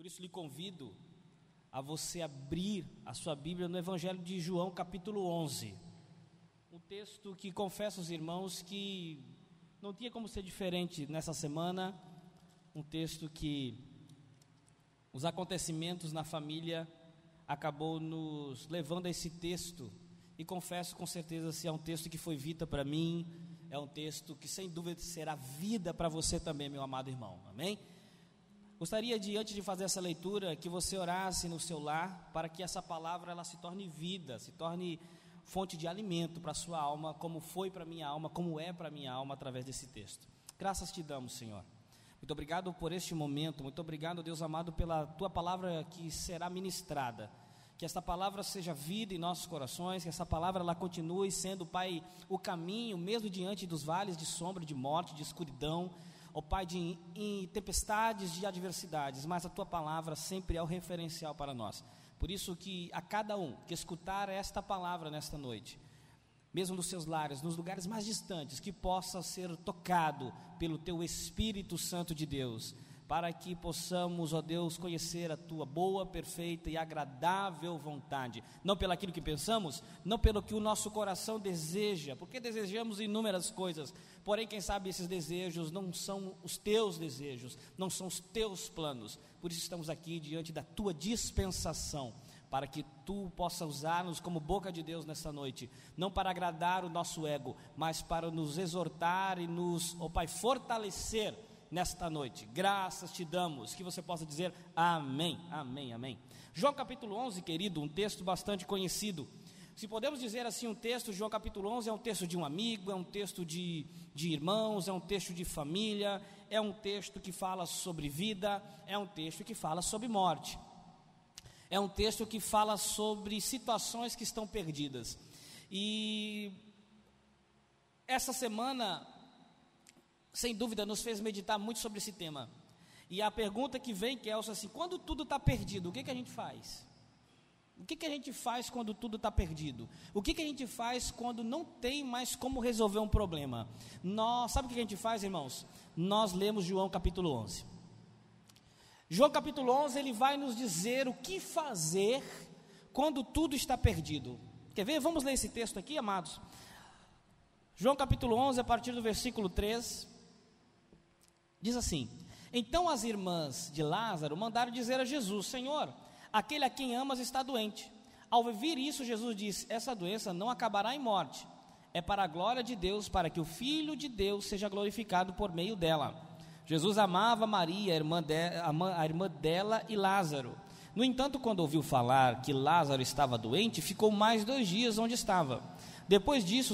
Por isso lhe convido a você abrir a sua Bíblia no Evangelho de João, capítulo 11. Um texto que confesso aos irmãos que não tinha como ser diferente nessa semana. Um texto que os acontecimentos na família acabou nos levando a esse texto. E confesso com certeza, se é um texto que foi vida para mim, é um texto que sem dúvida será vida para você também, meu amado irmão. Amém? Gostaria de, antes de fazer essa leitura, que você orasse no seu lar, para que essa palavra ela se torne vida, se torne fonte de alimento para a sua alma, como foi para a minha alma, como é para a minha alma através desse texto. Graças te damos, Senhor. Muito obrigado por este momento, muito obrigado, Deus amado, pela tua palavra que será ministrada. Que esta palavra seja vida em nossos corações, que essa palavra ela continue sendo, Pai, o caminho, mesmo diante dos vales de sombra, de morte, de escuridão, ó Pai, em tempestades, de adversidades, mas a Tua palavra sempre é o referencial para nós. Por isso que a cada um que escutar esta palavra nesta noite, mesmo nos seus lares, nos lugares mais distantes, que possa ser tocado pelo Teu Espírito Santo de Deus, para que possamos, ó Deus, conhecer a Tua boa, perfeita e agradável vontade, não pelo aquilo que pensamos, não pelo que o nosso coração deseja, porque desejamos inúmeras coisas, porém quem sabe esses desejos não são os Teus desejos, não são os Teus planos. Por isso estamos aqui diante da Tua dispensação, para que Tu possa usar-nos como boca de Deus nessa noite, não para agradar o nosso ego, mas para nos exortar e nos, ó Pai, fortalecer nesta noite. Graças te damos, que você possa dizer amém, amém, amém. João capítulo 11, querido, um texto bastante conhecido. Se podemos dizer assim, um texto, João capítulo 11 é um texto de um amigo, é um texto de irmãos, é um texto de família, é um texto que fala sobre vida, é um texto que fala sobre morte. É um texto que fala sobre situações que estão perdidas. E essa semana, sem dúvida, nos fez meditar muito sobre esse tema. E a pergunta que vem, Kelso, assim, quando tudo está perdido, o que a gente faz? O que a gente faz quando tudo está perdido? O que a gente faz quando não tem mais como resolver um problema? Sabe o que a gente faz, irmãos? Nós lemos João capítulo 11. João capítulo 11, ele vai nos dizer o que fazer quando tudo está perdido. Quer ver? Vamos ler esse texto aqui, amados. João capítulo 11, a partir do versículo 3, diz assim: Então as irmãs de Lázaro mandaram dizer a Jesus: Senhor, aquele a quem amas está doente. Ao ouvir isso, Jesus disse: Essa doença não acabará em morte, é para a glória de Deus, para que o Filho de Deus seja glorificado por meio dela. Jesus amava Maria, a irmã dela, e Lázaro. No entanto, quando ouviu falar que Lázaro estava doente, ficou mais 2 dias onde estava. Depois disse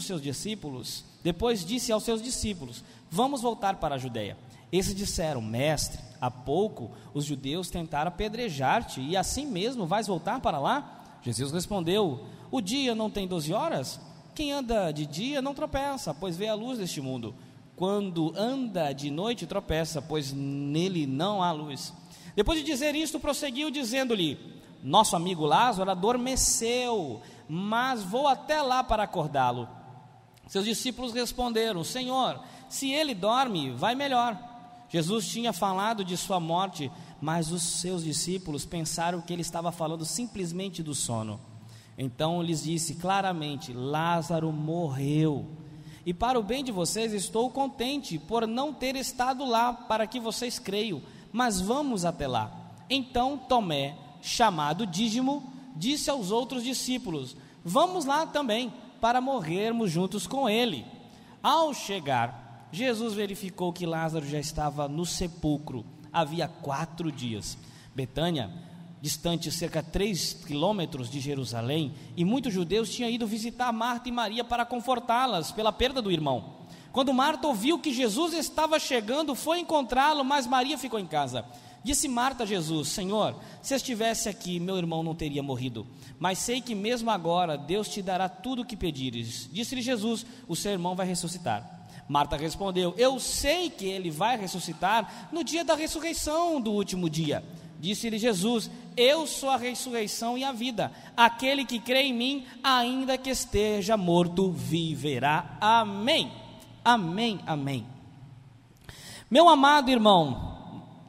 aos seus discípulos: Vamos voltar para a Judeia. Esses disseram: Mestre, há pouco os judeus tentaram apedrejar-te, e assim mesmo vais voltar para lá? Jesus respondeu: O dia não tem 12 horas? Quem anda de dia não tropeça, pois vê a luz deste mundo. Quando anda de noite tropeça, pois nele não há luz. Depois de dizer isto, prosseguiu dizendo-lhe: Nosso amigo Lázaro adormeceu, mas vou até lá para acordá-lo. Seus discípulos responderam: Senhor, se ele dorme, vai melhor. Jesus tinha falado de sua morte, mas os seus discípulos pensaram que ele estava falando simplesmente do sono. Então lhes disse claramente: Lázaro morreu. E para o bem de vocês estou contente por não ter estado lá, para que vocês creiam, mas vamos até lá. Então Tomé, chamado Dídimo, disse aos outros discípulos: Vamos lá também, para morrermos juntos com ele. Ao chegar, Jesus verificou que Lázaro já estava no sepulcro, havia 4 dias. Betânia, distante cerca de 3 quilômetros de Jerusalém, e muitos judeus tinham ido visitar Marta e Maria para confortá-las pela perda do irmão. Quando Marta ouviu que Jesus estava chegando, foi encontrá-lo, mas Maria ficou em casa. Disse Marta a Jesus: Senhor, se estivesse aqui, meu irmão não teria morrido, mas sei que mesmo agora Deus te dará tudo o que pedires. Disse-lhe Jesus: O seu irmão vai ressuscitar. Marta respondeu: Eu sei que ele vai ressuscitar no dia da ressurreição do último dia. Disse-lhe Jesus: Eu sou a ressurreição e a vida. Aquele que crê em mim, ainda que esteja morto, viverá. Amém, amém, amém. Meu amado irmão,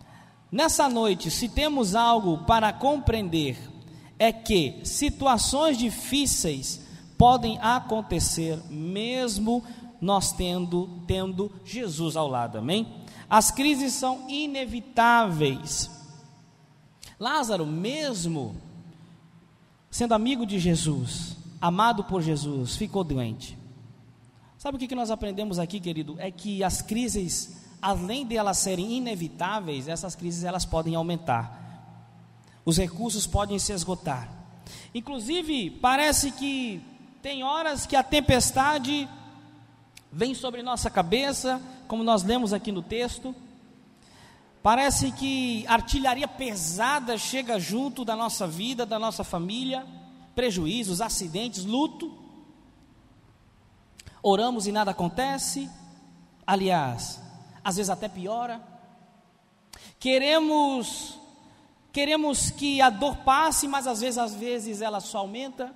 Nessa noite, se temos algo para compreender, é que situações difíceis podem acontecer mesmo nós tendo Jesus ao lado, amém? As crises são inevitáveis. Lázaro, mesmo sendo amigo de Jesus, amado por Jesus, ficou doente. Sabe o que nós aprendemos aqui, querido? É que as crises, além de elas serem inevitáveis, essas crises elas podem aumentar. Os recursos podem se esgotar. Inclusive, parece que tem horas que a tempestade vem sobre nossa cabeça, como nós lemos aqui no texto. Parece que artilharia pesada chega junto da nossa vida, da nossa família, prejuízos, acidentes, luto. Oramos e nada acontece. Aliás, às vezes até piora. Queremos que a dor passe, mas às vezes ela só aumenta.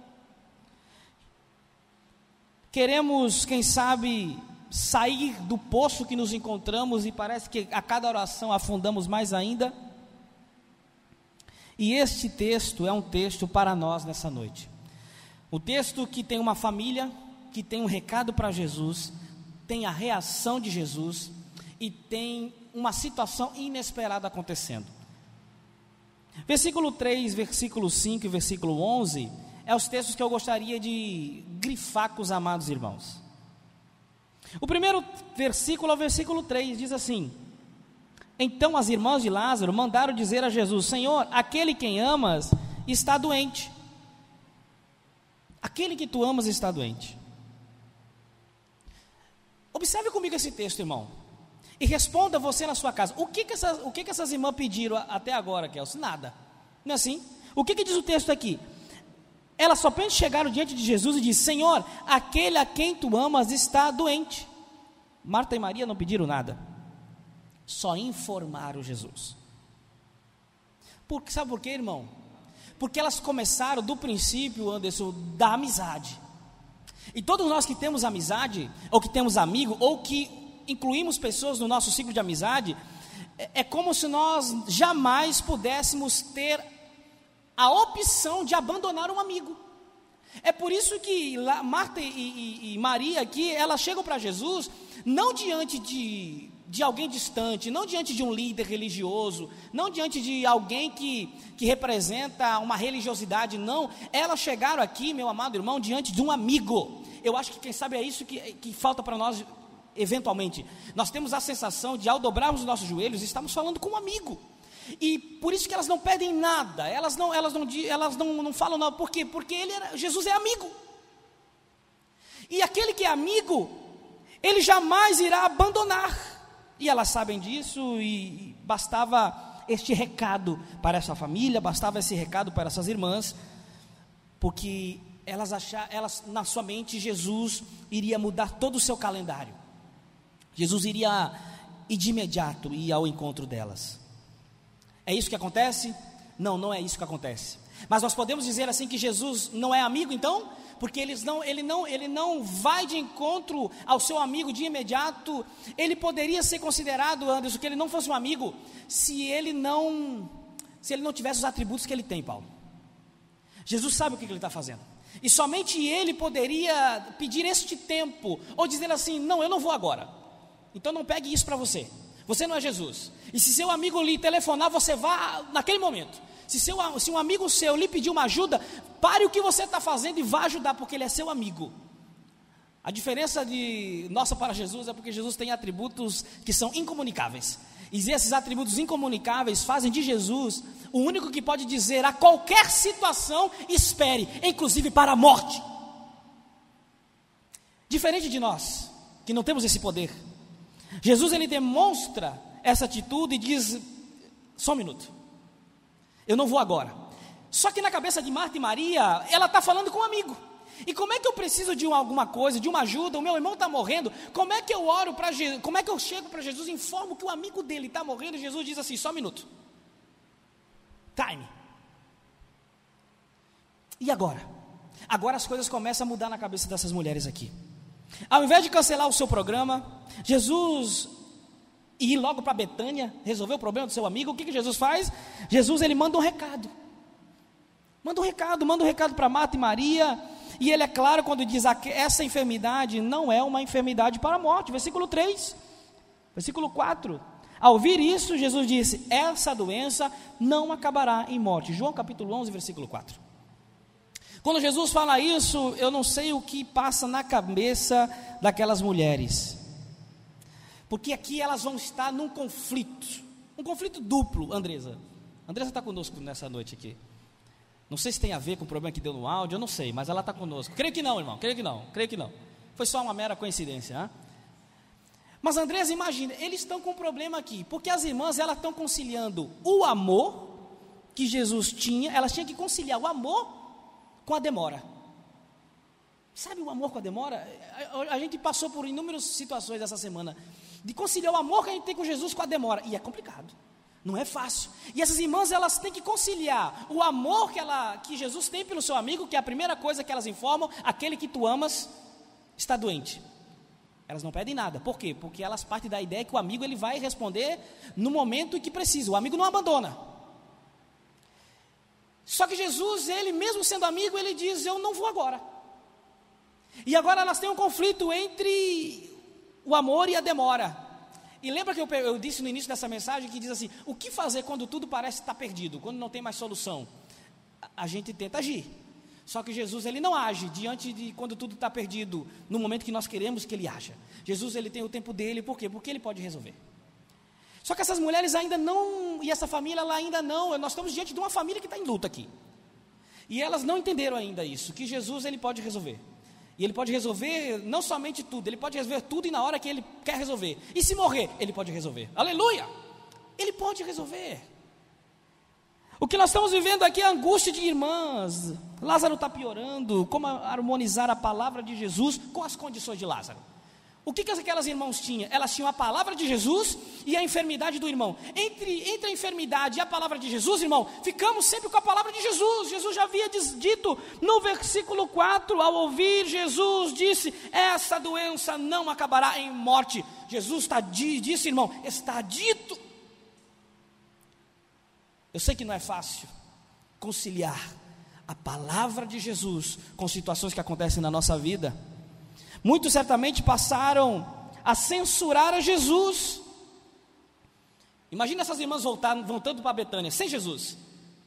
Queremos, quem sabe, sair do poço que nos encontramos e parece que a cada oração afundamos mais ainda. E este texto é um texto para nós nessa noite. O texto que tem uma família, que tem um recado para Jesus, tem a reação de Jesus e tem uma situação inesperada acontecendo. Versículo 3, versículo 5 e versículo 11 é os textos que eu gostaria de grifar com os amados irmãos. O primeiro versículo é o versículo 3, diz assim: então as irmãs de Lázaro mandaram dizer a Jesus: Senhor, aquele quem amas está doente. Aquele que tu amas está doente. Observe comigo esse texto, irmão, e responda você na sua casa. O que essas irmãs pediram até agora, Kelson? Nada. Não é assim? O que diz o texto aqui? Elas somente chegaram diante de Jesus e disseram: Senhor, aquele a quem tu amas está doente. Marta e Maria não pediram nada, só informaram Jesus. Sabe por quê, irmão? Porque elas começaram do princípio, Anderson, da amizade. E todos nós que temos amizade, ou que temos amigo, ou que incluímos pessoas no nosso ciclo de amizade, é como se nós jamais pudéssemos ter a opção de abandonar um amigo. É por isso que Marta e Maria aqui, elas chegam para Jesus, não diante de alguém distante, não diante de um líder religioso, não diante de alguém que representa uma religiosidade, não. Elas chegaram aqui, meu amado irmão, diante de um amigo. Eu acho que quem sabe é isso que falta para nós eventualmente. Nós temos a sensação de, ao dobrarmos os nossos joelhos, estamos falando com um amigo. E por isso que elas não pedem nada, elas não falam nada. Por quê? Porque Jesus é amigo. E aquele que é amigo, ele jamais irá abandonar. E elas sabem disso, e bastava este recado para essa família, bastava esse recado para essas irmãs, porque elas na sua mente, Jesus iria mudar todo o seu calendário. Jesus iria ir de imediato ir ao encontro delas. É isso que acontece? Não, não é isso que acontece. Mas nós podemos dizer assim que Jesus não é amigo, então? Porque ele não vai de encontro ao seu amigo de imediato. Ele poderia ser considerado, Anderson, que ele não fosse um amigo, se ele não tivesse os atributos que ele tem, Paulo. Jesus sabe o que ele está fazendo, e somente ele poderia pedir este tempo, ou dizer assim: não, eu não vou agora, então não pegue isso para você. Você não é Jesus. E se seu amigo lhe telefonar, você vá naquele momento. Se um amigo seu lhe pedir uma ajuda, pare o que você está fazendo e vá ajudar, porque ele é seu amigo. A diferença de nossa para Jesus é porque Jesus tem atributos que são incomunicáveis. E esses atributos incomunicáveis fazem de Jesus o único que pode dizer a qualquer situação: espere, inclusive para a morte. Diferente de nós, que não temos esse poder, Jesus, ele demonstra essa atitude e diz: só um minuto, eu não vou agora. Só que na cabeça de Marta e Maria, ela está falando com um amigo. E como é que eu preciso de alguma coisa, de uma ajuda? O meu irmão está morrendo. Como é que eu oro para Jesus? Como é que eu chego para Jesus e informo que o amigo dele está morrendo? E Jesus diz assim: só um minuto, time. E agora? Agora as coisas começam a mudar na cabeça dessas mulheres aqui. Ao invés de cancelar o seu programa, Jesus e ir logo para Betânia, resolver o problema do seu amigo, o que Jesus faz? Jesus, ele manda um recado. Manda um recado para Marta e Maria, e ele é claro quando diz que essa enfermidade não é uma enfermidade para a morte, versículo 3, versículo 4, ao ouvir isso, Jesus disse, essa doença não acabará em morte, João capítulo 11, versículo 4, quando Jesus fala isso, eu não sei o que passa na cabeça daquelas mulheres, porque aqui elas vão estar num conflito, um conflito duplo. Andresa está conosco nessa noite aqui, não sei se tem a ver com o problema que deu no áudio, eu não sei, mas ela está conosco, creio que não, irmão, creio que não, foi só uma mera coincidência, hein? Mas Andresa, imagina, eles estão com um problema aqui, porque as irmãs, elas estão conciliando o amor que Jesus tinha, elas tinham que conciliar o amor com a demora. Sabe o amor com a demora? A gente passou por inúmeras situações essa semana, de conciliar o amor que a gente tem com Jesus com a demora, e é complicado, não é fácil, e essas irmãs, elas têm que conciliar o amor que Jesus tem pelo seu amigo, que é a primeira coisa que elas informam, aquele que tu amas está doente. Elas não pedem nada, por quê? Porque elas partem da ideia que o amigo ele vai responder no momento em que precisa, o amigo não abandona. Só que Jesus, ele mesmo sendo amigo, ele diz, eu não vou agora. E agora elas têm um conflito entre o amor e a demora. E lembra que eu disse no início dessa mensagem, que diz assim, o que fazer quando tudo parece estar perdido, quando não tem mais solução? A gente tenta agir. Só que Jesus, ele não age diante de quando tudo está perdido, no momento que nós queremos que ele haja. Jesus, ele tem o tempo dele, por quê? Porque ele pode resolver. Só que essas mulheres ainda não, e essa família, ela ainda não, nós estamos diante de uma família que está em luta aqui. E elas não entenderam ainda isso, que Jesus, ele pode resolver. E ele pode resolver não somente tudo, ele pode resolver tudo e na hora que ele quer resolver. E se morrer, ele pode resolver. Aleluia! Ele pode resolver. O que nós estamos vivendo aqui é a angústia de irmãs. Lázaro está piorando. Como harmonizar a palavra de Jesus com as condições de Lázaro? O que aquelas irmãs tinham? Elas tinham a palavra de Jesus e a enfermidade do irmão. Entre a enfermidade e a palavra de Jesus, irmão, ficamos sempre com a palavra de Jesus. Jesus já havia dito no versículo 4, ao ouvir Jesus, disse, essa doença não acabará em morte. Jesus disse, irmão, está dito. Eu sei que não é fácil conciliar a palavra de Jesus com situações que acontecem na nossa vida. Muitos certamente passaram a censurar a Jesus. Imagina essas irmãs voltando para Betânia, sem Jesus.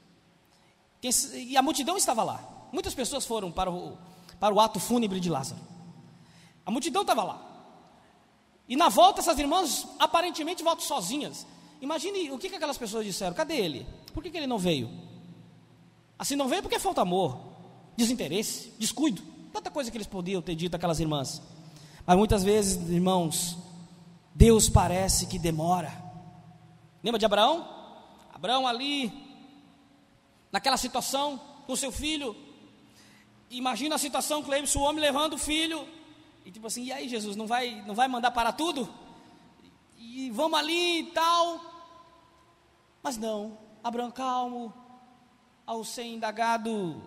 E a multidão estava lá. Muitas pessoas foram para o ato fúnebre de Lázaro. A multidão estava lá. E na volta essas irmãs aparentemente voltam sozinhas. Imagine o que aquelas pessoas disseram, cadê ele? Por que ele não veio? Assim não veio porque falta amor, desinteresse, descuido. Tanta coisa que eles podiam ter dito aquelas irmãs. Mas muitas vezes, irmãos, Deus parece que demora. Lembra de Abraão? Abraão ali, naquela situação, com seu filho. Imagina a situação, Cleibson, o homem levando o filho. E tipo assim, e aí Jesus, não vai mandar parar tudo? E vamos ali e tal. Mas não, Abraão calmo, ao ser indagado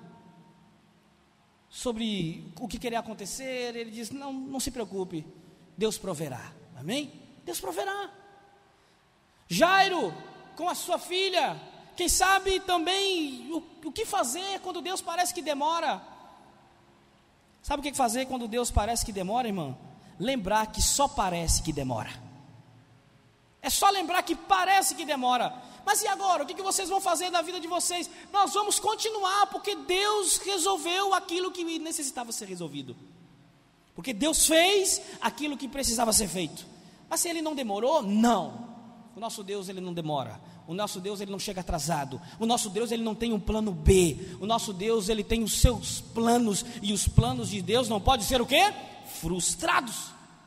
sobre o que queria acontecer, ele diz, não se preocupe, Deus proverá, amém? Deus proverá. Jairo, com a sua filha, quem sabe também o que fazer quando Deus parece que demora. Sabe o que fazer quando Deus parece que demora, irmão? Lembrar que só parece que demora. É só lembrar que parece que demora. Mas e agora? O que vocês vão fazer na vida de vocês? Nós vamos continuar, porque Deus resolveu aquilo que necessitava ser resolvido. Porque Deus fez aquilo que precisava ser feito. Mas se Ele não demorou, não. O nosso Deus, Ele não demora. O nosso Deus, Ele não chega atrasado. O nosso Deus, Ele não tem um plano B. O nosso Deus, Ele tem os seus planos. E os planos de Deus não podem ser o quê? Frustrados.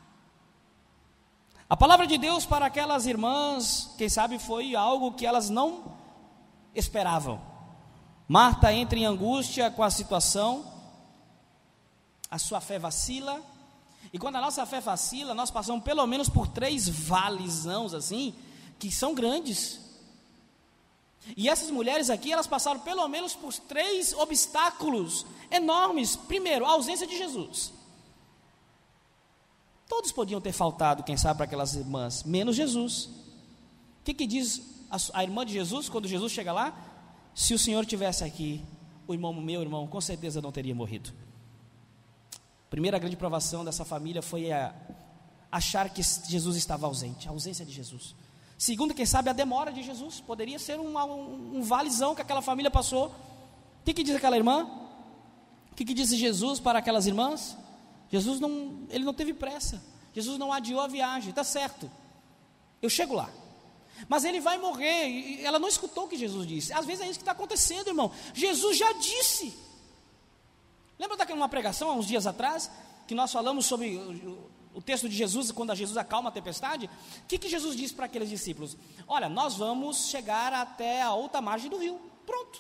A palavra de Deus para aquelas irmãs, quem sabe foi algo que elas não esperavam. Marta entra em angústia com a situação, a sua fé vacila, e quando a nossa fé vacila, nós passamos pelo menos por 3 valezãos assim, que são grandes. E essas mulheres aqui, elas passaram pelo menos por 3 obstáculos enormes. Primeiro, a ausência de Jesus. Todos podiam ter faltado, quem sabe, para aquelas irmãs, menos Jesus. O que diz a irmã de Jesus, quando Jesus chega lá? Se o Senhor tivesse aqui, meu irmão, com certeza não teria morrido. Primeira grande provação dessa família foi achar que Jesus estava ausente, a ausência de Jesus. Segundo, quem sabe, a demora de Jesus, poderia ser um valezão que aquela família passou. O que diz aquela irmã? O que disse Jesus para aquelas irmãs? Ele não teve pressa, Jesus não adiou a viagem, está certo, eu chego lá, mas ele vai morrer, e ela não escutou o que Jesus disse. Às vezes é isso que está acontecendo, irmão. Jesus já disse. Lembra daquela pregação, há uns dias atrás, que nós falamos sobre o texto de Jesus, quando Jesus acalma a tempestade? O que Jesus disse para aqueles discípulos? Olha, nós vamos chegar até a outra margem do rio, pronto.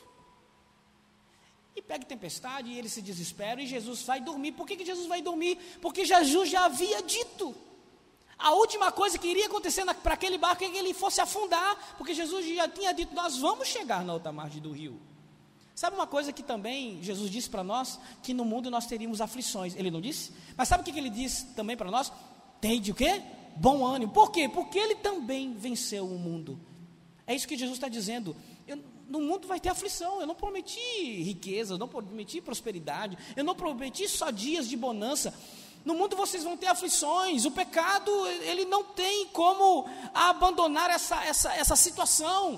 E pega tempestade, e eles se desesperam, e Jesus vai dormir. Por que Jesus vai dormir? Porque Jesus já havia dito. A última coisa que iria acontecer para aquele barco é que ele fosse afundar, porque Jesus já tinha dito, nós vamos chegar na outra margem do rio. Sabe uma coisa que também Jesus disse para nós? Que no mundo nós teríamos aflições. Ele não disse? Mas sabe o que ele disse também para nós? Tende o quê? Bom ânimo. Por quê? Porque ele também venceu o mundo. É isso que Jesus está dizendo. No mundo vai ter aflição. Eu não prometi riqueza, eu não prometi prosperidade, eu não prometi só dias de bonança. No mundo vocês vão ter aflições. O pecado, ele não tem como abandonar essa situação.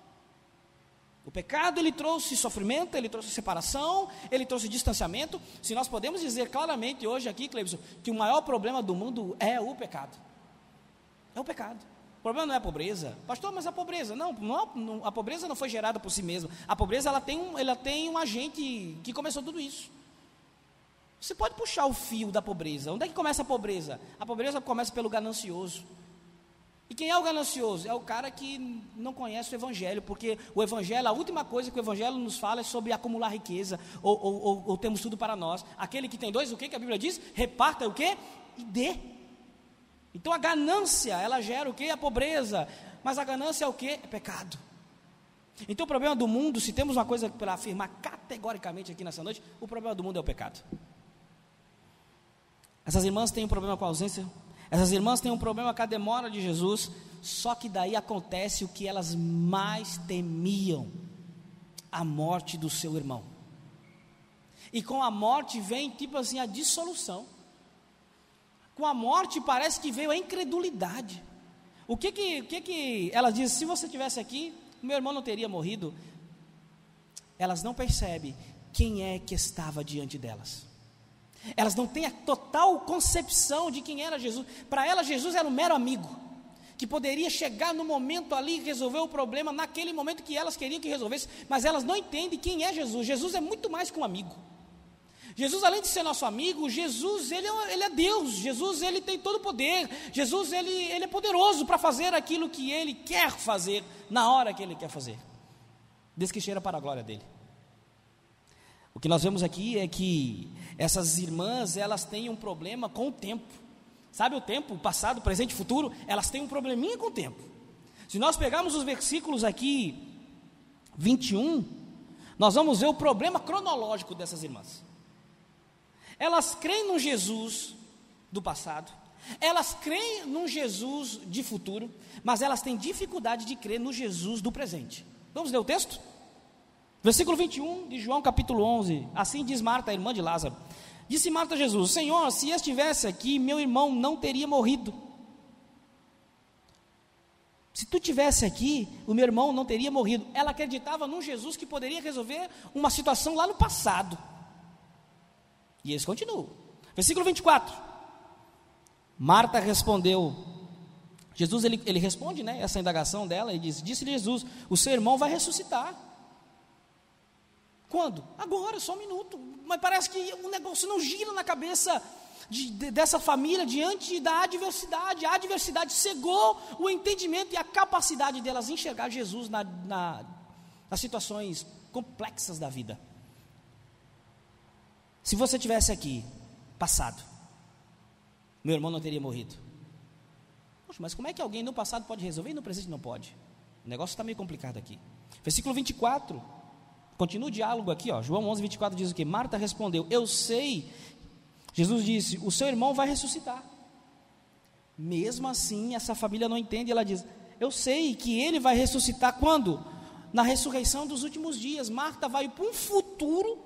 O pecado, ele trouxe sofrimento, ele trouxe separação, ele trouxe distanciamento. Se nós podemos dizer claramente hoje aqui, Cleibson, que o maior problema do mundo é o pecado. É o pecado. O problema não é a pobreza. Pastor, mas a pobreza, não, a pobreza não foi gerada por si mesma. A pobreza, ela tem um agente que começou tudo isso. Você pode puxar o fio da pobreza. Onde é que começa a pobreza? A pobreza começa pelo ganancioso. E quem é o ganancioso? É o cara que não conhece o Evangelho, porque o Evangelho, a última coisa que o Evangelho nos fala é sobre acumular riqueza, ou temos tudo para nós. Aquele que tem dois, o que a Bíblia diz? Reparta o quê? E dê. Então a ganância, ela gera o quê? A pobreza. Mas a ganância é o quê? É pecado. Então o problema do mundo, se temos uma coisa para afirmar categoricamente aqui nessa noite, o problema do mundo é o pecado. Essas irmãs têm um problema com a ausência, essas irmãs têm um problema com a demora de Jesus, só que daí acontece o que elas mais temiam, a morte do seu irmão. E com a morte vem tipo assim a dissolução. Com a morte parece que veio a incredulidade. O que elas dizem? Se você estivesse aqui, meu irmão não teria morrido. Elas não percebem quem é que estava diante delas. Elas não têm a total concepção de quem era Jesus. Para elas, Jesus era um mero amigo, que poderia chegar no momento ali e resolver o problema naquele momento que elas queriam que resolvesse, mas elas não entendem quem é Jesus. Jesus é muito mais que um amigo. Jesus, além de ser nosso amigo, Jesus, ele é Deus. Jesus, ele tem todo o poder. Jesus, ele é poderoso para fazer aquilo que ele quer fazer, na hora que ele quer fazer, desde que cheira para a glória dele. O que nós vemos aqui é que essas irmãs, elas têm um problema com o tempo. Sabe o tempo, passado, presente e futuro? Elas têm um probleminha com o tempo. Se nós pegarmos os versículos aqui 21, nós vamos ver o problema cronológico dessas irmãs. Elas creem no Jesus do passado, elas creem no Jesus de futuro, mas elas têm dificuldade de crer no Jesus do presente. Vamos ler o texto? Versículo 21 de João capítulo 11, assim diz Marta, a irmã de Lázaro. Disse Marta a Jesus: Senhor, se estivesse aqui, meu irmão não teria morrido. Se tu estivesse aqui, o meu irmão não teria morrido. Ela acreditava num Jesus que poderia resolver uma situação lá no passado. E eles continuam. Versículo 24. Marta respondeu. Jesus, ele responde, né, essa indagação dela e diz: disse Jesus, o seu irmão vai ressuscitar. Quando? Agora, só um minuto. Mas parece que o negócio não gira na cabeça dessa família diante da adversidade. A adversidade cegou o entendimento e a capacidade delas enxergar Jesus nas situações complexas da vida. Se você tivesse aqui, passado, meu irmão não teria morrido. Poxa, mas como é que alguém no passado pode resolver e no presente não pode? O negócio está meio complicado aqui. Versículo 24, continua o diálogo aqui, ó. João 11, 24 diz o quê? Marta respondeu: eu sei. Jesus disse: o seu irmão vai ressuscitar. Mesmo assim, essa família não entende, ela diz: eu sei que ele vai ressuscitar quando? Na ressurreição dos últimos dias. Marta vai para um futuro,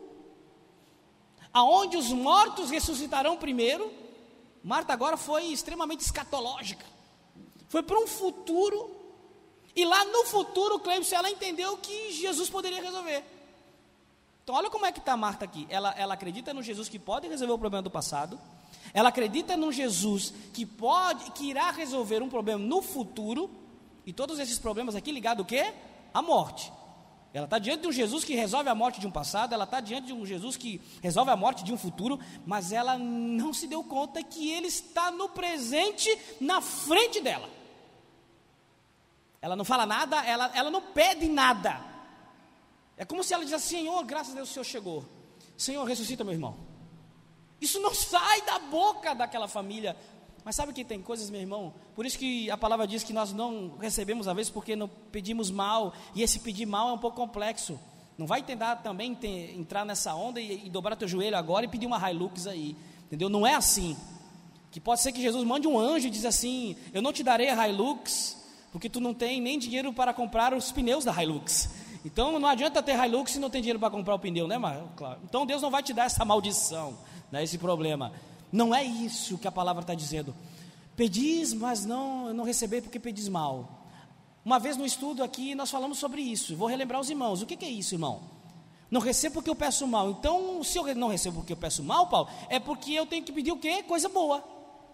aonde os mortos ressuscitarão primeiro. Marta agora foi extremamente escatológica, foi para um futuro, e lá no futuro, Cleibson, ela entendeu que Jesus poderia resolver. Então olha como é que está Marta aqui, ela acredita no Jesus que pode resolver o problema do passado, ela acredita num Jesus que irá resolver um problema no futuro, e todos esses problemas aqui ligados o quê? À morte. Ela está diante de um Jesus que resolve a morte de um passado, ela está diante de um Jesus que resolve a morte de um futuro, mas ela não se deu conta que ele está no presente, na frente dela. Ela não fala nada, ela não pede nada. É como se ela dissesse: Senhor, graças a Deus o Senhor chegou. Senhor, ressuscita meu irmão. Isso não sai da boca daquela família. Mas sabe que tem coisas, meu irmão, por isso que a palavra diz que nós não recebemos às vezes porque não pedimos mal, e esse pedir mal é um pouco complexo. Não vai tentar também entrar nessa onda e dobrar teu joelho agora e pedir uma Hilux aí, entendeu? Não é assim, que pode ser que Jesus mande um anjo e diz assim: eu não te darei a Hilux, porque tu não tem nem dinheiro para comprar os pneus da Hilux. Então não adianta ter Hilux se não tem dinheiro para comprar o pneu, né, mas, claro. Então Deus não vai te dar essa maldição, né, esse problema. Não é isso que a palavra está dizendo. Pedis, mas não receber porque pedis mal. Uma vez no estudo aqui nós falamos sobre isso. Vou relembrar os irmãos. O que é isso, irmão? Não recebo porque eu peço mal. Então, se eu não recebo porque eu peço mal, Paulo, é porque eu tenho que pedir o quê? Coisa boa.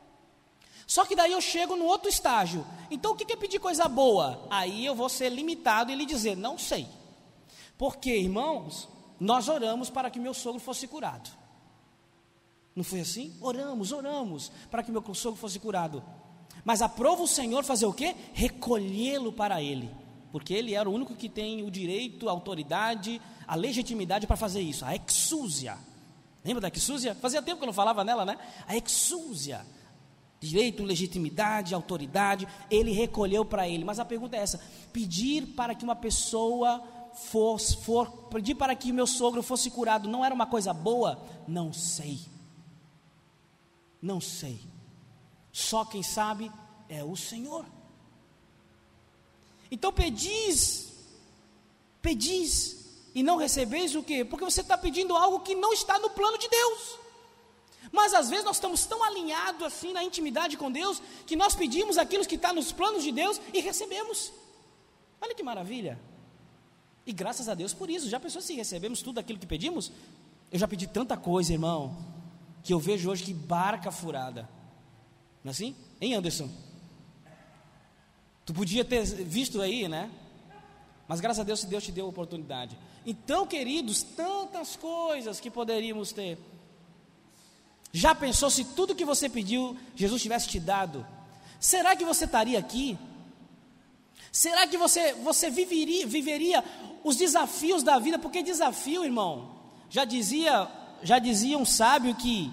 Só que daí eu chego no outro estágio. Então o que é pedir coisa boa? Aí eu vou ser limitado e lhe dizer: não sei. Porque, irmãos, nós oramos para que meu sogro fosse curado. Não foi assim? Oramos para que meu sogro fosse curado. Mas aprova o Senhor fazer o quê? Recolhê-lo para Ele. Porque Ele era o único que tem o direito, a autoridade, a legitimidade para fazer isso. A exúzia. Lembra da exúzia? Fazia tempo que eu não falava nela, né? A exúzia. Direito, legitimidade, autoridade. Ele recolheu para Ele. Mas a pergunta é essa: pedir para que uma pessoa pedir para que meu sogro fosse curado não era uma coisa boa? Não sei. Não sei. Só quem sabe é o Senhor. Então pedis e não recebeis o quê? Porque você está pedindo algo que não está no plano de Deus. Mas às vezes nós estamos tão alinhados assim na intimidade com Deus, que nós pedimos aquilo que está nos planos de Deus e recebemos. Olha que maravilha. E graças a Deus por isso. Já pensou se recebemos tudo aquilo que pedimos? Eu já pedi tanta coisa, irmão, que eu vejo hoje que barca furada. Não é assim? Hein, Anderson? Tu podia ter visto aí, né? Mas graças a Deus Deus te deu a oportunidade. Então, queridos, tantas coisas que poderíamos ter. Já pensou se tudo que você pediu Jesus tivesse te dado? Será que você estaria aqui? Será que você viveria os desafios da vida? Porque desafio, irmão, já dizia um sábio que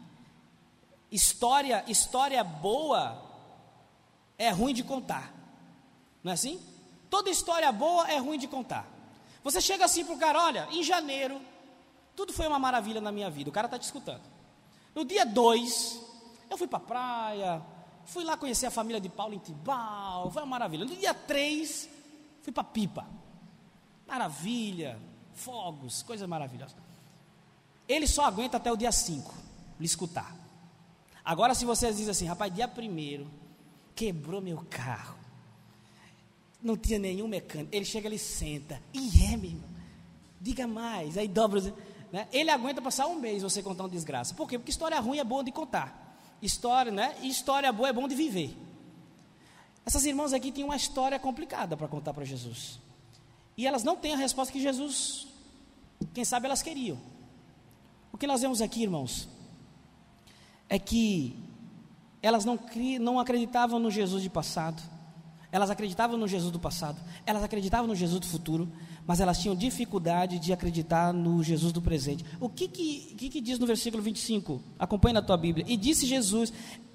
história boa é ruim de contar. Não é assim? Toda história boa é ruim de contar. Você chega assim para o cara: olha, em janeiro tudo foi uma maravilha na minha vida. O cara está te escutando. No dia 2 eu fui para a praia, fui lá conhecer a família de Paulo em Tibau, foi uma maravilha. No dia 3 fui para Pipa, maravilha, fogos, coisas maravilhosas. Ele só aguenta até o dia 5 lhe escutar. Agora se você diz assim: rapaz, dia 1º quebrou meu carro, não tinha nenhum mecânico. Ele chega, ele senta, meu irmão, diga mais, aí dobra, né? Ele aguenta passar um mês você contar uma desgraça. Por quê? Porque história ruim é boa de contar, história, né? E história boa é bom de viver. Essas irmãs aqui têm uma história complicada para contar para Jesus, e elas não têm a resposta que Jesus, quem sabe elas queriam. O que nós vemos aqui, irmãos, é que elas não acreditavam no Jesus de passado. Elas acreditavam no Jesus do passado, elas acreditavam no Jesus do futuro, mas elas tinham dificuldade de acreditar no Jesus do presente. O que diz no versículo 25? Acompanhe na tua Bíblia. E disse Jesus,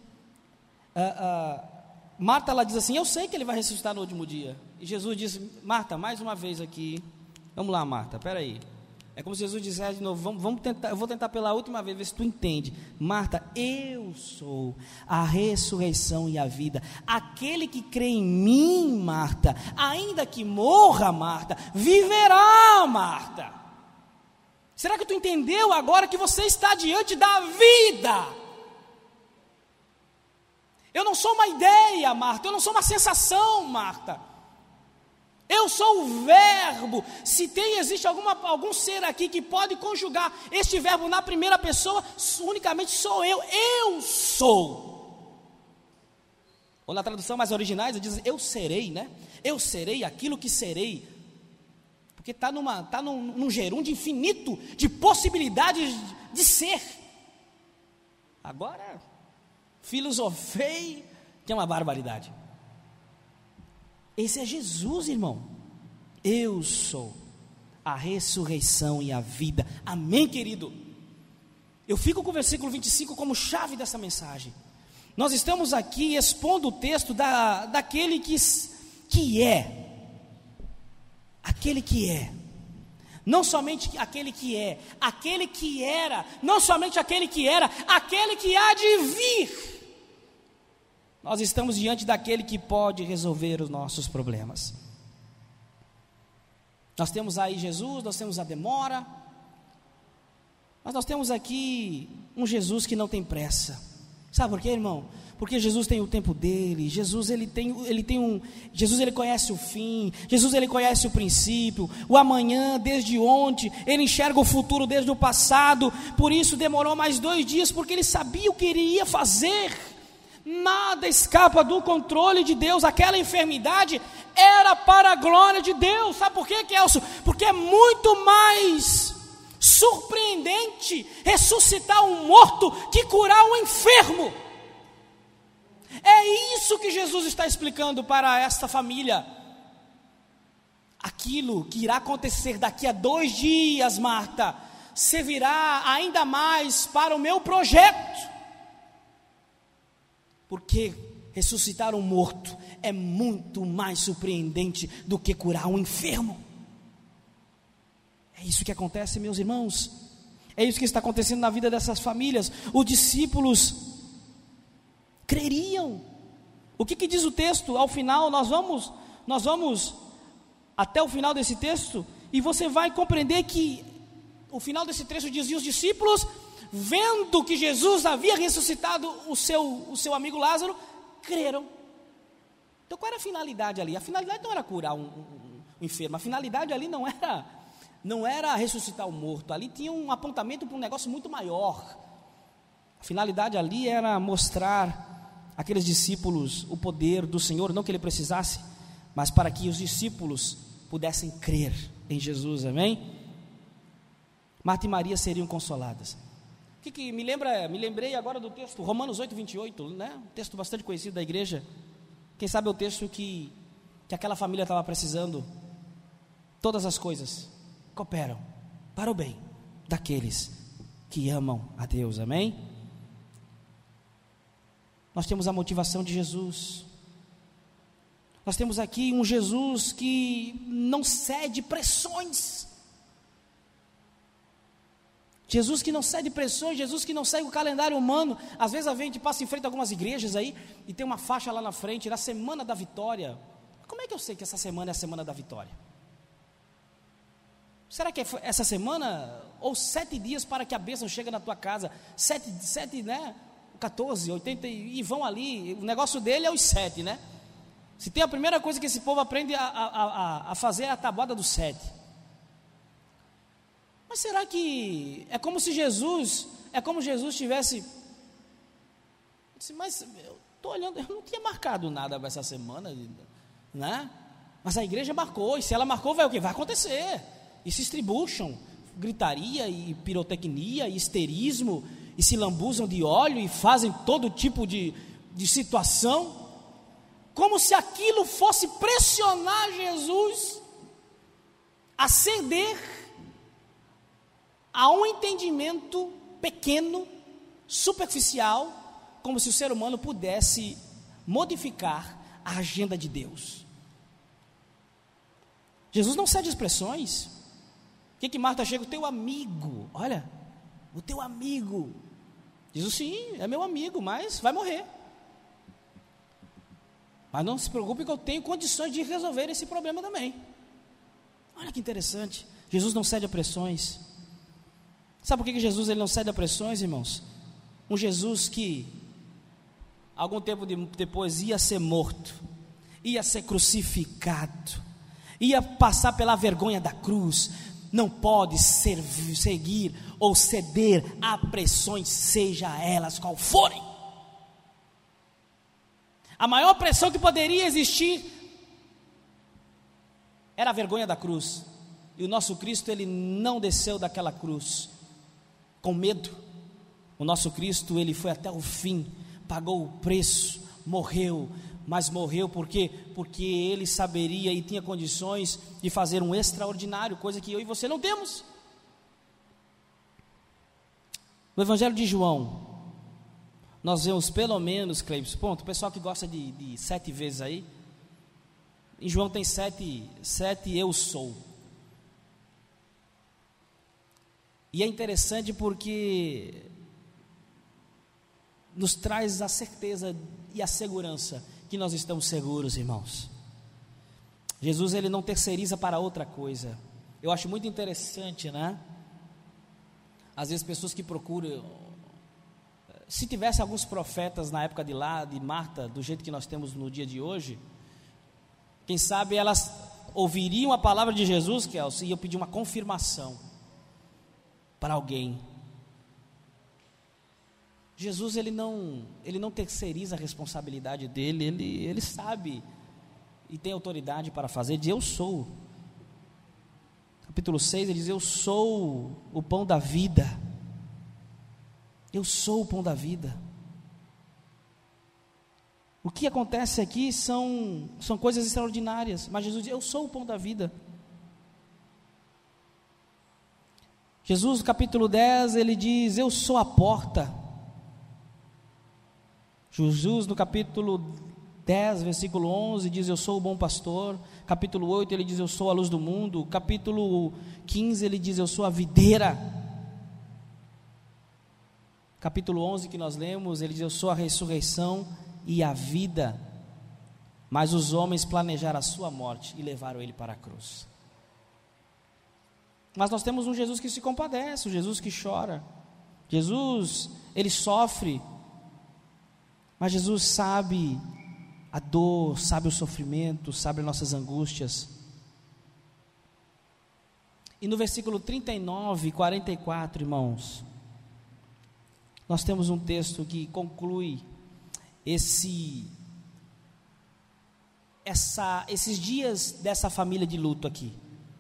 Marta, ela diz assim: eu sei que ele vai ressuscitar no último dia. E Jesus disse: Marta, mais uma vez aqui, vamos lá, Marta, espera aí, É como se Jesus dissesse de novo, vamos tentar, eu vou tentar pela última vez, ver se tu entende. Marta, eu sou a ressurreição e a vida. Aquele que crê em mim, Marta, ainda que morra, Marta, viverá, Marta. Será que tu entendeu agora que você está diante da vida? Eu não sou uma ideia, Marta, eu não sou uma sensação, Marta. Eu sou o verbo. Se existe algum ser aqui que pode conjugar este verbo na primeira pessoa, unicamente sou eu. Eu sou. Ou na tradução mais originais, diz eu serei, né? Eu serei aquilo que serei. Porque está num gerúndio infinito de possibilidades de ser. Agora, filosofei, que é uma barbaridade. Esse é Jesus, irmão. Eu sou a ressurreição e a vida. Amém, querido? Eu fico com o versículo 25 como chave dessa mensagem. Nós estamos aqui expondo o texto daquele que é. Aquele que é. Não somente aquele que é, aquele que era. Não somente aquele que era, aquele que há de vir. Nós estamos diante daquele que pode resolver os nossos problemas. Nós temos aí Jesus, nós temos a demora, mas nós temos aqui um Jesus que não tem pressa. Sabe por quê, irmão? Porque Jesus tem o tempo dele. Jesus ele conhece o fim. Jesus ele conhece o princípio, o amanhã desde ontem. Ele enxerga o futuro desde o passado. Por isso demorou mais 2 dias, porque ele sabia o que ele ia fazer. Nada escapa do controle de Deus. Aquela enfermidade era para a glória de Deus. Sabe por quê, Kelso? Porque é muito mais surpreendente ressuscitar um morto que curar um enfermo. É isso que Jesus está explicando para esta família. Aquilo que irá acontecer daqui a 2 dias, Marta, servirá ainda mais para o meu projeto. Porque ressuscitar um morto é muito mais surpreendente do que curar um enfermo. É isso que acontece, meus irmãos. É isso que está acontecendo na vida dessas famílias. Os discípulos creriam. O que diz o texto? Ao final, nós vamos até o final desse texto, e você vai compreender que o final desse trecho dizia: os discípulos, vendo que Jesus havia ressuscitado o seu amigo Lázaro, creram. Então qual era a finalidade ali? A finalidade não era curar um enfermo. A finalidade ali não era ressuscitar o morto. Ali tinha um apontamento para um negócio muito maior. A finalidade ali era mostrar àqueles discípulos o poder do Senhor, não que ele precisasse, mas para que os discípulos pudessem crer em Jesus, amém? Marta e Maria seriam consoladas. Que me lembrei agora do texto, Romanos 8:28, né? Um texto bastante conhecido da igreja. Quem sabe é o texto que aquela família estava precisando. Todas as coisas cooperam para o bem daqueles que amam a Deus, amém? Nós temos a motivação de Jesus. Nós temos aqui um Jesus que não cede pressões. Jesus que não cede pressões, Jesus que não segue o calendário humano. Às vezes a gente passa em frente a algumas igrejas aí e tem uma faixa lá na frente, na semana da vitória. Como é que eu sei que essa semana é a semana da vitória? Será que é essa semana ou 7 dias para que a bênção chegue na tua casa? 7, né? 14, 80 e vão ali. O negócio dele é os 7, né? Se tem a primeira coisa que esse povo aprende a fazer é a tabuada dos 7. Mas será que é como Jesus tivesse, mas eu estou olhando, eu não tinha marcado nada para essa semana, né? Mas a igreja marcou, e se ela marcou, vai o quê? Vai acontecer. E se estribucham, gritaria e pirotecnia e histerismo, e se lambuzam de óleo e fazem todo tipo de situação, como se aquilo fosse pressionar Jesus a ceder a um entendimento pequeno, superficial, como se o ser humano pudesse modificar a agenda de Deus. Jesus não cede expressões. O que Marta chega? O teu amigo, olha, o teu amigo. Jesus, sim, é meu amigo, mas vai morrer. Mas não se preocupe que eu tenho condições de resolver esse problema também. Olha que interessante, Jesus não cede a pressões. Sabe por que Jesus ele não cede a pressões, irmãos? Um Jesus que, algum tempo depois, ia ser morto, ia ser crucificado, ia passar pela vergonha da cruz, não pode seguir ou ceder a pressões, seja elas qual forem. A maior pressão que poderia existir era a vergonha da cruz, e o nosso Cristo, ele não desceu daquela cruz com medo. O nosso Cristo, ele foi até o fim, pagou o preço, morreu, mas morreu porque ele saberia e tinha condições de fazer um extraordinário, coisa que eu e você não temos. No Evangelho de João, nós vemos pelo menos, Cleibson, ponto, o pessoal que gosta de 7 vezes aí, em João tem 7 eu sou. E é interessante porque nos traz a certeza e a segurança que nós estamos seguros, irmãos. Jesus, ele não terceiriza para outra coisa. Eu acho muito interessante, né? Às vezes pessoas que procuram, se tivesse alguns profetas na época de Marta, do jeito que nós temos no dia de hoje, quem sabe elas ouviriam a palavra de Jesus, Kelsey, e eu pedi uma confirmação para alguém. Jesus, ele não terceiriza a responsabilidade dele, ele sabe e tem autoridade para fazer, diz eu sou. Capítulo 6, ele diz, eu sou o pão da vida. Eu sou o pão da vida. O que acontece aqui são coisas extraordinárias, mas Jesus diz, eu sou o pão da vida. Jesus, no capítulo 10, ele diz, eu sou a porta. Jesus, no capítulo 10, versículo 11, diz, eu sou o bom pastor. Capítulo 8, ele diz, eu sou a luz do mundo. Capítulo 15, ele diz, eu sou a videira. Capítulo 11 que nós lemos, ele diz, eu sou a ressurreição e a vida. Mas os homens planejaram a sua morte e levaram ele para a cruz. Mas nós temos um Jesus que se compadece, um Jesus que chora. Jesus, ele sofre, mas Jesus sabe a dor, sabe o sofrimento, sabe as nossas angústias. E no versículo 39 e 44, irmãos, nós temos um texto que conclui esses dias dessa família de luto aqui.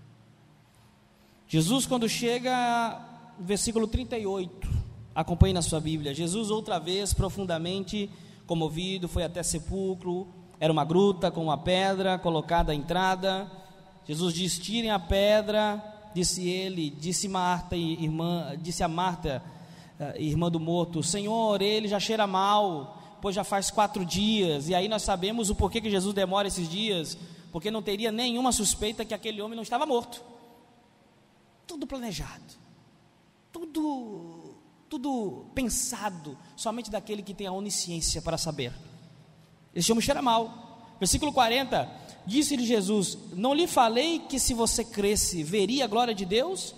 Jesus, quando chega, no versículo 38, acompanhe na sua Bíblia, Jesus outra vez profundamente comovido, foi até sepulcro, era uma gruta com uma pedra colocada à entrada. Jesus diz, tirem a pedra, disse a Marta, irmã do morto, Senhor, ele já cheira mal, pois já faz 4 dias, e aí nós sabemos o porquê que Jesus demora esses dias, porque não teria nenhuma suspeita que aquele homem não estava morto. Tudo planejado, tudo pensado, somente daquele que tem a onisciência para saber. Esse homem cheira mal. Versículo 40, disse-lhe Jesus, não lhe falei que se você cresce, veria a glória de Deus?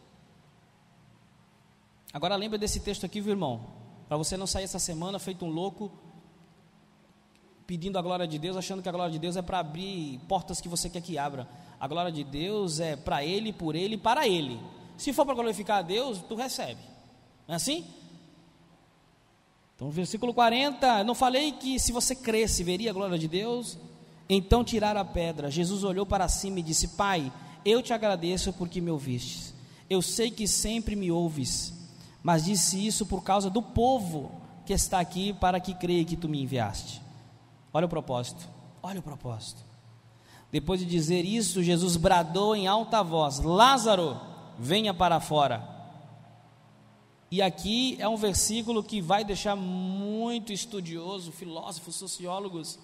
Agora lembra desse texto aqui, viu, irmão? Para você não sair essa semana feito um louco, pedindo a glória de Deus, achando que a glória de Deus é para abrir portas que você quer que abra. A glória de Deus é para Ele, por Ele e para Ele. Se for para glorificar a Deus, tu recebe. Não é assim? Então, versículo 40, não falei que se você cresce, veria a glória de Deus? Então tiraram a pedra. Jesus olhou para cima e disse, Pai, eu te agradeço porque me ouvistes. Eu sei que sempre me ouves, mas disse isso por causa do povo que está aqui, para que creia que tu me enviaste. Olha o propósito, olha o propósito. Depois de dizer isso, Jesus bradou em alta voz, Lázaro, venha para fora. E aqui é um versículo que vai deixar muito estudioso, filósofos, sociólogos,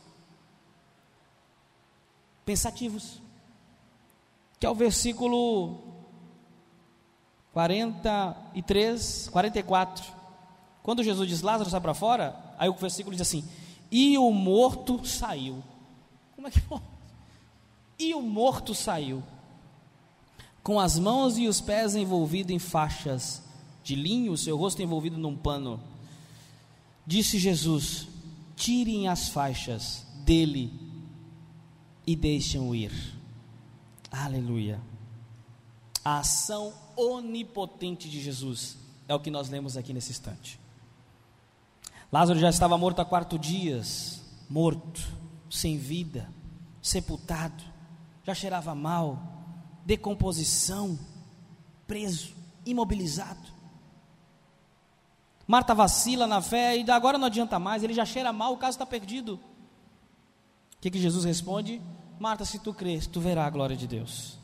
pensativos, que é o versículo 43, 44. Quando Jesus diz Lázaro sai para fora, aí o versículo diz assim: e o morto saiu. Como é que pode? E o morto saiu, com as mãos e os pés envolvidos em faixas de linho, seu rosto envolvido num pano. Disse Jesus: tirem as faixas dele e deixem-o ir. Aleluia. A ação onipotente de Jesus é o que nós lemos aqui nesse instante. Lázaro já estava morto há 4 dias, morto, sem vida, sepultado, já cheirava mal, decomposição, preso, imobilizado. Marta vacila na fé e agora não adianta mais, ele já cheira mal, o caso está perdido. O que Jesus responde? Marta, se tu crês, tu verás a glória de Deus.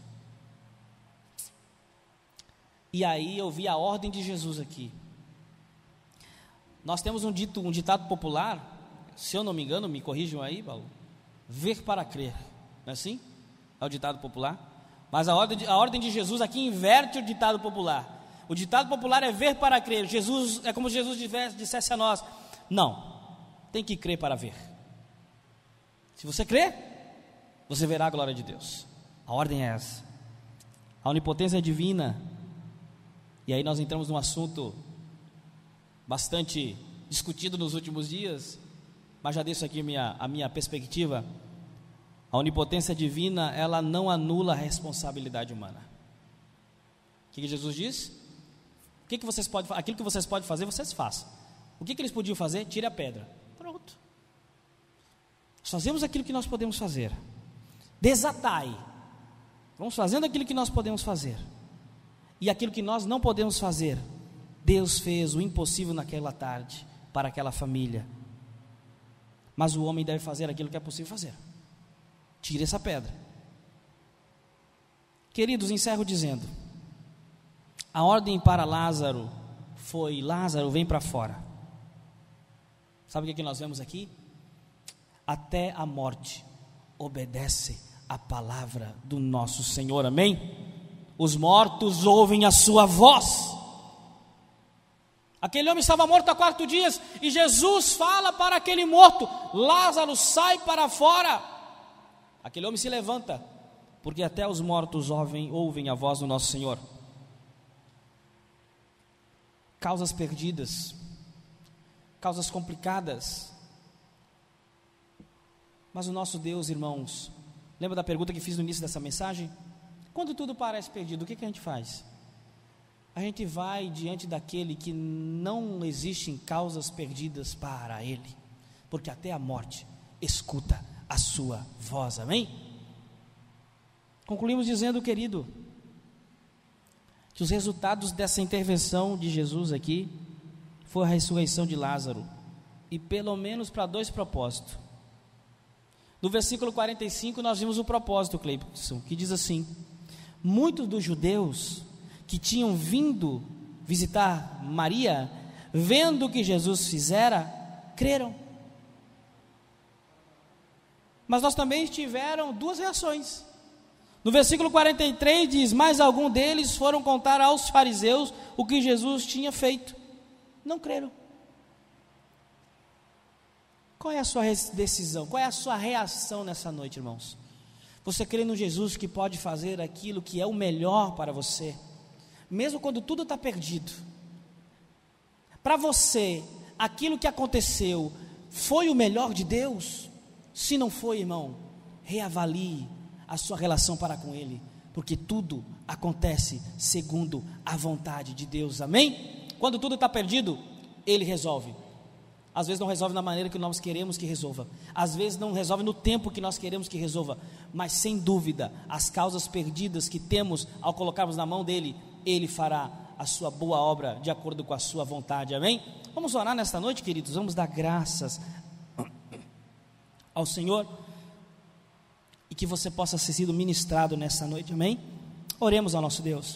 E aí eu vi a ordem de Jesus aqui. Nós temos um ditado popular, se eu não me engano, me corrijam aí, Paulo, ver para crer, não é assim? É o ditado popular. Mas a ordem de Jesus aqui inverte o ditado popular. O ditado popular é ver para crer. Jesus, é como se Jesus dissesse a nós: não, tem que crer para ver. Se você crer, você verá a glória de Deus. A ordem é essa. A onipotência divina. E aí nós entramos num assunto bastante discutido nos últimos dias, mas já deixo aqui a minha perspectiva. A onipotência divina, ela não anula a responsabilidade humana. O que Jesus diz? Aquilo que vocês podem fazer, vocês façam. O que eles podiam fazer? Tire a pedra. Pronto. Nós fazemos aquilo que nós podemos fazer. Desatai. Vamos fazendo aquilo que nós podemos fazer. E aquilo que nós não podemos fazer, Deus fez o impossível naquela tarde para aquela família. Mas o homem deve fazer aquilo que é possível fazer. Tire essa pedra. Queridos, encerro dizendo: a ordem para Lázaro foi: Lázaro, vem para fora. Sabe o que nós vemos aqui? Até a morte obedece a palavra do nosso Senhor, amém? Os mortos ouvem a sua voz. Aquele homem estava morto há 4 dias e Jesus fala para aquele morto: Lázaro, sai para fora. Aquele homem se levanta, porque até os mortos ouvem a voz do nosso Senhor. Causas perdidas, causas complicadas, mas o nosso Deus, irmãos, lembra da pergunta que fiz no início dessa mensagem? Quando tudo parece perdido, o que a gente faz? A gente vai diante daquele que não existem causas perdidas para ele, porque até a morte escuta a sua voz, amém? Concluímos dizendo, querido, que os resultados dessa intervenção de Jesus aqui foi a ressurreição de Lázaro, e pelo menos para 2 propósitos. No versículo 45 nós vimos o propósito, Cleibson, que diz assim: muitos dos judeus que tinham vindo visitar Maria, vendo o que Jesus fizera, creram. Mas nós também tiveram 2 reações. No versículo 43 diz: mas algum deles foram contar aos fariseus o que Jesus tinha feito. Não creram. Qual é a sua decisão? Qual é a sua reação nessa noite, irmãos? Você crê no Jesus que pode fazer aquilo que é o melhor para você, mesmo quando tudo está perdido? Para você, aquilo que aconteceu foi o melhor de Deus? Se não foi, irmão, reavalie a sua relação para com Ele, porque tudo acontece segundo a vontade de Deus, amém? Quando tudo está perdido, Ele resolve. Às vezes não resolve da maneira que nós queremos que resolva, às vezes não resolve no tempo que nós queremos que resolva, mas sem dúvida, as causas perdidas que temos ao colocarmos na mão dEle, Ele fará a sua boa obra de acordo com a sua vontade, amém? Vamos orar nesta noite, queridos, vamos dar graças ao Senhor, e que você possa ser sido ministrado nessa noite, amém? Oremos ao nosso Deus.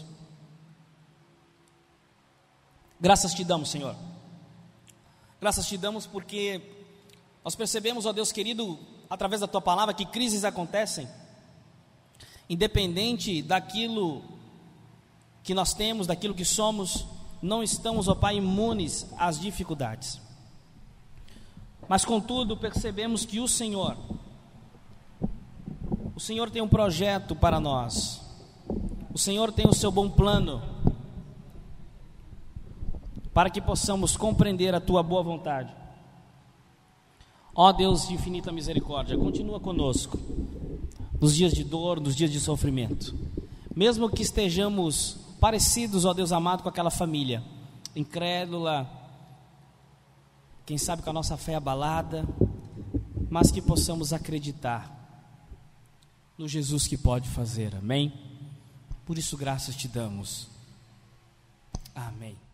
Graças te damos, Senhor, graças te damos porque nós percebemos, ó Deus querido, através da tua palavra, que crises acontecem, independente daquilo que nós temos, daquilo que somos, não estamos, ó Pai, imunes às dificuldades. Mas contudo, percebemos que o Senhor tem um projeto para nós. O Senhor tem o seu bom plano para que possamos compreender a tua boa vontade. Ó Deus de infinita misericórdia, continua conosco nos dias de dor, nos dias de sofrimento. Mesmo que estejamos parecidos, ó Deus amado, com aquela família incrédula, quem sabe com a nossa fé abalada, mas que possamos acreditar no Jesus que pode fazer, amém? Por isso graças te damos, amém.